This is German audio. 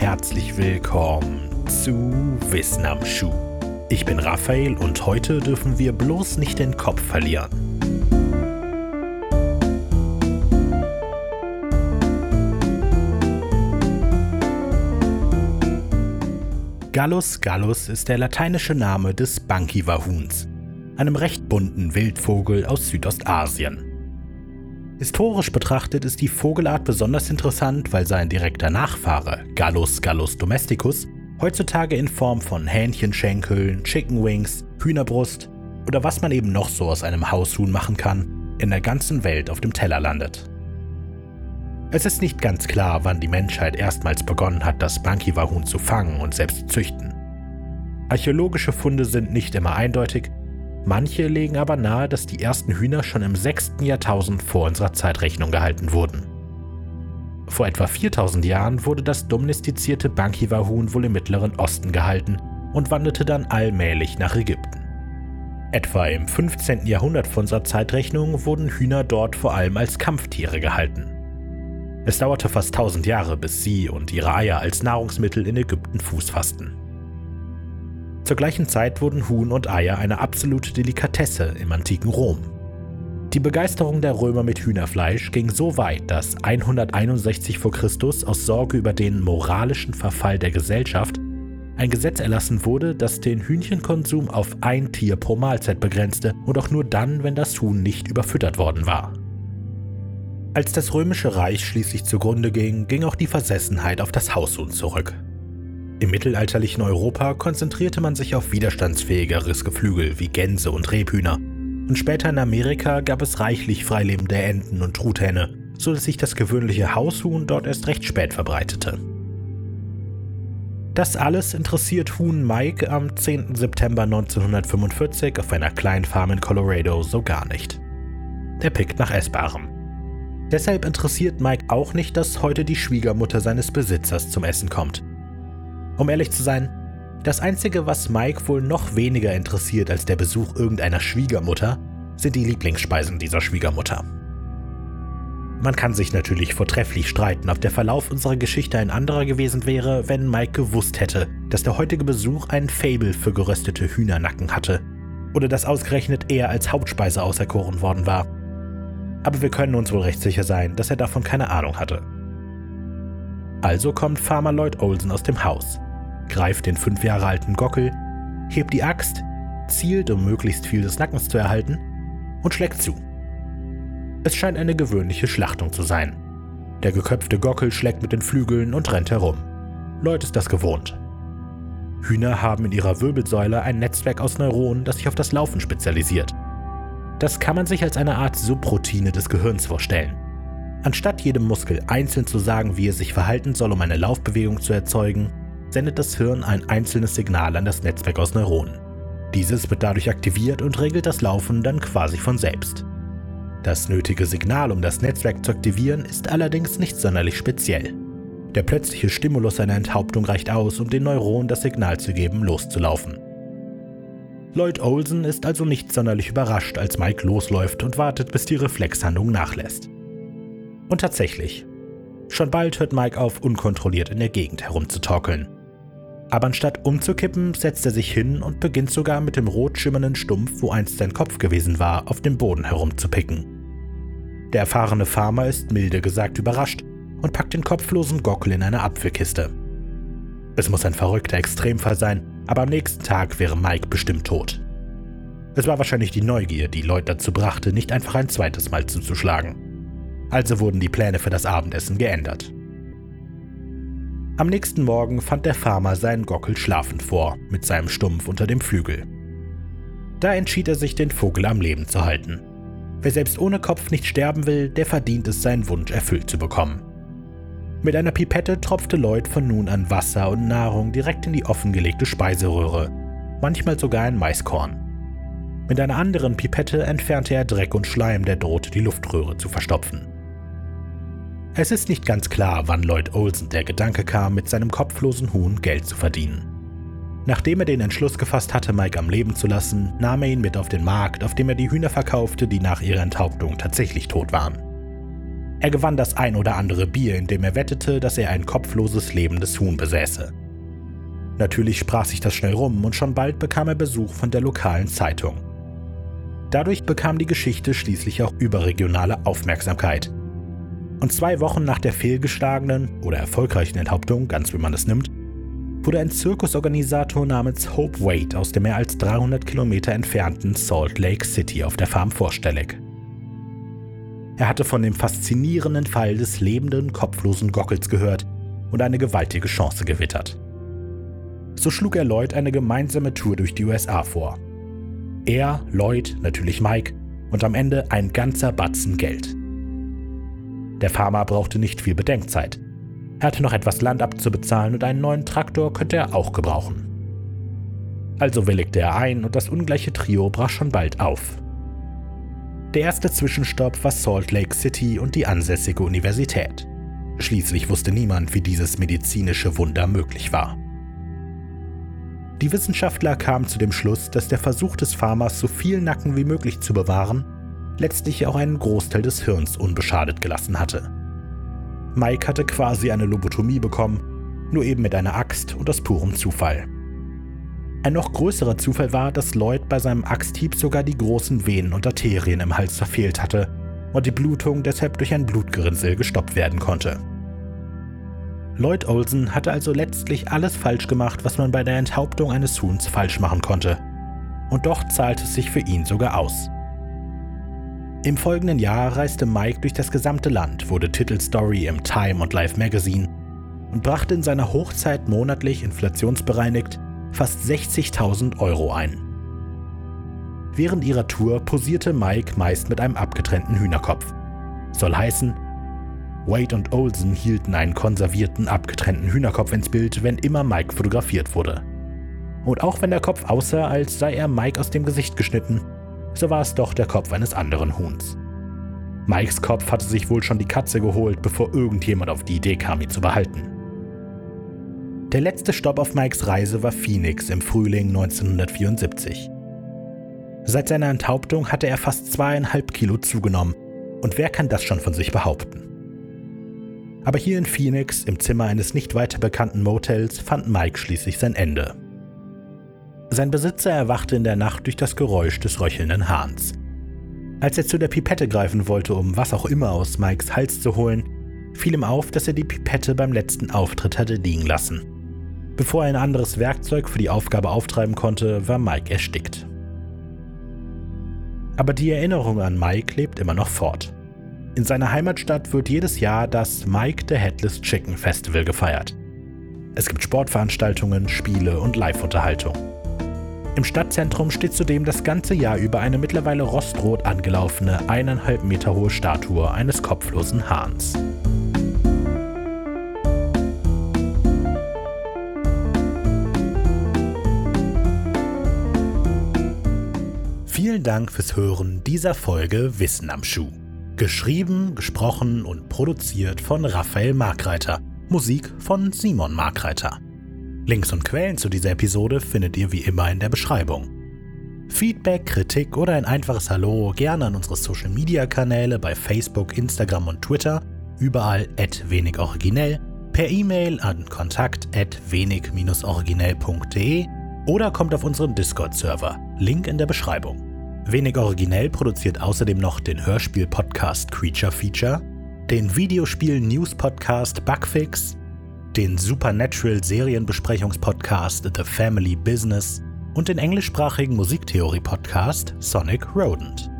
herzlich willkommen zu Wissen am Schuh. Ich bin Raphael und heute dürfen wir bloß nicht den Kopf verlieren. Gallus gallus ist der lateinische Name des Bankiwa-Huhns, einem recht bunten Wildvogel aus Südostasien. Historisch betrachtet ist die Vogelart besonders interessant, weil sein direkter Nachfahre, Gallus gallus domesticus, heutzutage in Form von Hähnchenschenkeln, Chicken Wings, Hühnerbrust oder was man eben noch so aus einem Haushuhn machen kann, in der ganzen Welt auf dem Teller landet. Es ist nicht ganz klar, wann die Menschheit erstmals begonnen hat, das Bankiwa-Huhn zu fangen und selbst zu züchten. Archäologische Funde sind nicht immer eindeutig, manche legen aber nahe, dass die ersten Hühner schon im 6. Jahrtausend vor unserer Zeitrechnung gehalten wurden. Vor etwa 4000 Jahren wurde das domestizierte Bankiwa-Huhn wohl im Mittleren Osten gehalten und wanderte dann allmählich nach Ägypten. Etwa im 15. Jahrhundert vor unserer Zeitrechnung wurden Hühner dort vor allem als Kampftiere gehalten. Es dauerte fast 1000 Jahre, bis sie und ihre Eier als Nahrungsmittel in Ägypten Fuß fassten. Zur gleichen Zeit wurden Huhn und Eier eine absolute Delikatesse im antiken Rom. Die Begeisterung der Römer mit Hühnerfleisch ging so weit, dass 161 v. Chr. Aus Sorge über den moralischen Verfall der Gesellschaft ein Gesetz erlassen wurde, das den Hühnchenkonsum auf ein Tier pro Mahlzeit begrenzte und auch nur dann, wenn das Huhn nicht überfüttert worden war. Als das Römische Reich schließlich zugrunde ging, ging auch die Versessenheit auf das Haushuhn zurück. Im mittelalterlichen Europa konzentrierte man sich auf widerstandsfähigeres Geflügel wie Gänse und Rebhühner und später in Amerika gab es reichlich freilebende Enten und Truthähne, so dass sich das gewöhnliche Haushuhn dort erst recht spät verbreitete. Das alles interessiert Huhn Mike am 10. September 1945 auf einer kleinen Farm in Colorado so gar nicht. Der pickt nach Essbarem. Deshalb interessiert Mike auch nicht, dass heute die Schwiegermutter seines Besitzers zum Essen kommt. Um ehrlich zu sein, das Einzige, was Mike wohl noch weniger interessiert als der Besuch irgendeiner Schwiegermutter, sind die Lieblingsspeisen dieser Schwiegermutter. Man kann sich natürlich vortrefflich streiten, ob der Verlauf unserer Geschichte ein anderer gewesen wäre, wenn Mike gewusst hätte, dass der heutige Besuch ein Faible für geröstete Hühnernacken hatte oder dass ausgerechnet er als Hauptspeise auserkoren worden war. Aber wir können uns wohl recht sicher sein, dass er davon keine Ahnung hatte. Also kommt Farmer Lloyd Olsen aus dem Haus, greift den 5 Jahre alten Gockel, hebt die Axt, zielt, um möglichst viel des Nackens zu erhalten, und schlägt zu. Es scheint eine gewöhnliche Schlachtung zu sein. Der geköpfte Gockel schlägt mit den Flügeln und rennt herum. Lloyd ist das gewohnt. Hühner haben in ihrer Wirbelsäule ein Netzwerk aus Neuronen, das sich auf das Laufen spezialisiert. Das kann man sich als eine Art Subroutine des Gehirns vorstellen. Anstatt jedem Muskel einzeln zu sagen, wie er sich verhalten soll, um eine Laufbewegung zu erzeugen, sendet das Hirn ein einzelnes Signal an das Netzwerk aus Neuronen. Dieses wird dadurch aktiviert und regelt das Laufen dann quasi von selbst. Das nötige Signal, um das Netzwerk zu aktivieren, ist allerdings nicht sonderlich speziell. Der plötzliche Stimulus einer Enthauptung reicht aus, um den Neuronen das Signal zu geben, loszulaufen. Lloyd Olsen ist also nicht sonderlich überrascht, als Mike losläuft und wartet, bis die Reflexhandlung nachlässt. Und tatsächlich, schon bald hört Mike auf, unkontrolliert in der Gegend herumzutorkeln. Aber anstatt umzukippen, setzt er sich hin und beginnt sogar mit dem rot schimmernden Stumpf, wo einst sein Kopf gewesen war, auf dem Boden herumzupicken. Der erfahrene Farmer ist milde gesagt überrascht und packt den kopflosen Gockel in eine Apfelkiste. Es muss ein verrückter Extremfall sein, aber am nächsten Tag wäre Mike bestimmt tot. Es war wahrscheinlich die Neugier, die Lloyd dazu brachte, nicht einfach ein zweites Mal zuzuschlagen. Also wurden die Pläne für das Abendessen geändert. Am nächsten Morgen fand der Farmer seinen Gockel schlafend vor, mit seinem Stumpf unter dem Flügel. Da entschied er sich, den Vogel am Leben zu halten. Wer selbst ohne Kopf nicht sterben will, der verdient es, seinen Wunsch erfüllt zu bekommen. Mit einer Pipette tropfte Lloyd von nun an Wasser und Nahrung direkt in die offengelegte Speiseröhre, manchmal sogar ein Maiskorn. Mit einer anderen Pipette entfernte er Dreck und Schleim, der drohte, die Luftröhre zu verstopfen. Es ist nicht ganz klar, wann Lloyd Olsen der Gedanke kam, mit seinem kopflosen Huhn Geld zu verdienen. Nachdem er den Entschluss gefasst hatte, Mike am Leben zu lassen, nahm er ihn mit auf den Markt, auf dem er die Hühner verkaufte, die nach ihrer Enthauptung tatsächlich tot waren. Er gewann das ein oder andere Bier, indem er wettete, dass er ein kopfloses, lebendes Huhn besäße. Natürlich sprach sich das schnell rum und schon bald bekam er Besuch von der lokalen Zeitung. Dadurch bekam die Geschichte schließlich auch überregionale Aufmerksamkeit. Und 2 Wochen nach der fehlgeschlagenen oder erfolgreichen Enthauptung, ganz wie man es nimmt, wurde ein Zirkusorganisator namens Hope Wade aus dem mehr als 300 Kilometer entfernten Salt Lake City auf der Farm vorstellig. Er hatte von dem faszinierenden Fall des lebenden, kopflosen Gockels gehört und eine gewaltige Chance gewittert. So schlug er Lloyd eine gemeinsame Tour durch die USA vor. Er, Lloyd, natürlich Mike und am Ende ein ganzer Batzen Geld. Der Farmer brauchte nicht viel Bedenkzeit. Er hatte noch etwas Land abzubezahlen und einen neuen Traktor könnte er auch gebrauchen. Also willigte er ein und das ungleiche Trio brach schon bald auf. Der erste Zwischenstopp war Salt Lake City und die ansässige Universität. Schließlich wusste niemand, wie dieses medizinische Wunder möglich war. Die Wissenschaftler kamen zu dem Schluss, dass der Versuch des Farmers, so viel Nacken wie möglich zu bewahren, letztlich auch einen Großteil des Hirns unbeschadet gelassen hatte. Mike hatte quasi eine Lobotomie bekommen, nur eben mit einer Axt und aus purem Zufall. Ein noch größerer Zufall war, dass Lloyd bei seinem Axthieb sogar die großen Venen und Arterien im Hals verfehlt hatte und die Blutung deshalb durch ein Blutgerinnsel gestoppt werden konnte. Lloyd Olsen hatte also letztlich alles falsch gemacht, was man bei der Enthauptung eines Huhns falsch machen konnte. Und doch zahlte es sich für ihn sogar aus. Im folgenden Jahr reiste Mike durch das gesamte Land, wurde Titelstory im Time und Life Magazine und brachte in seiner Hochzeit monatlich inflationsbereinigt fast 60.000 € ein. Während ihrer Tour posierte Mike meist mit einem abgetrennten Hühnerkopf. Soll heißen, Wade und Olsen hielten einen konservierten, abgetrennten Hühnerkopf ins Bild, wenn immer Mike fotografiert wurde. Und auch wenn der Kopf aussah, als sei er Mike aus dem Gesicht geschnitten, so war es doch der Kopf eines anderen Huhns. Mikes Kopf hatte sich wohl schon die Katze geholt, bevor irgendjemand auf die Idee kam, ihn zu behalten. Der letzte Stopp auf Mikes Reise war Phoenix im Frühling 1974. Seit seiner Enthauptung hatte er fast 2,5 Kilo zugenommen. Und wer kann das schon von sich behaupten? Aber hier in Phoenix, im Zimmer eines nicht weiter bekannten Motels, fand Mike schließlich sein Ende. Sein Besitzer erwachte in der Nacht durch das Geräusch des röchelnden Hahns. Als er zu der Pipette greifen wollte, um was auch immer aus Mikes Hals zu holen, fiel ihm auf, dass er die Pipette beim letzten Auftritt hatte liegen lassen. Bevor er ein anderes Werkzeug für die Aufgabe auftreiben konnte, war Mike erstickt. Aber die Erinnerung an Mike lebt immer noch fort. In seiner Heimatstadt wird jedes Jahr das Mike the Headless Chicken Festival gefeiert. Es gibt Sportveranstaltungen, Spiele und Live-Unterhaltung. Im Stadtzentrum steht zudem das ganze Jahr über eine mittlerweile rostrot angelaufene 1,5 Meter hohe Statue eines kopflosen Hahns. Vielen Dank fürs Hören dieser Folge Wissen am Schuh. Geschrieben, gesprochen und produziert von Raphael Markreiter. Musik von Simon Markreiter. Links und Quellen zu dieser Episode findet ihr wie immer in der Beschreibung. Feedback, Kritik oder ein einfaches Hallo gerne an unsere Social-Media-Kanäle bei Facebook, Instagram und Twitter, überall @wenigoriginell, per E-Mail an kontakt@wenig-originell.de oder kommt auf unseren Discord-Server, Link in der Beschreibung. Wenig Originell produziert außerdem noch den Hörspiel-Podcast Creature Feature, den Videospiel-News-Podcast Bugfix, den Supernatural-Serienbesprechungspodcast The Family Business und den englischsprachigen Musiktheorie-Podcast Sonic Rodent.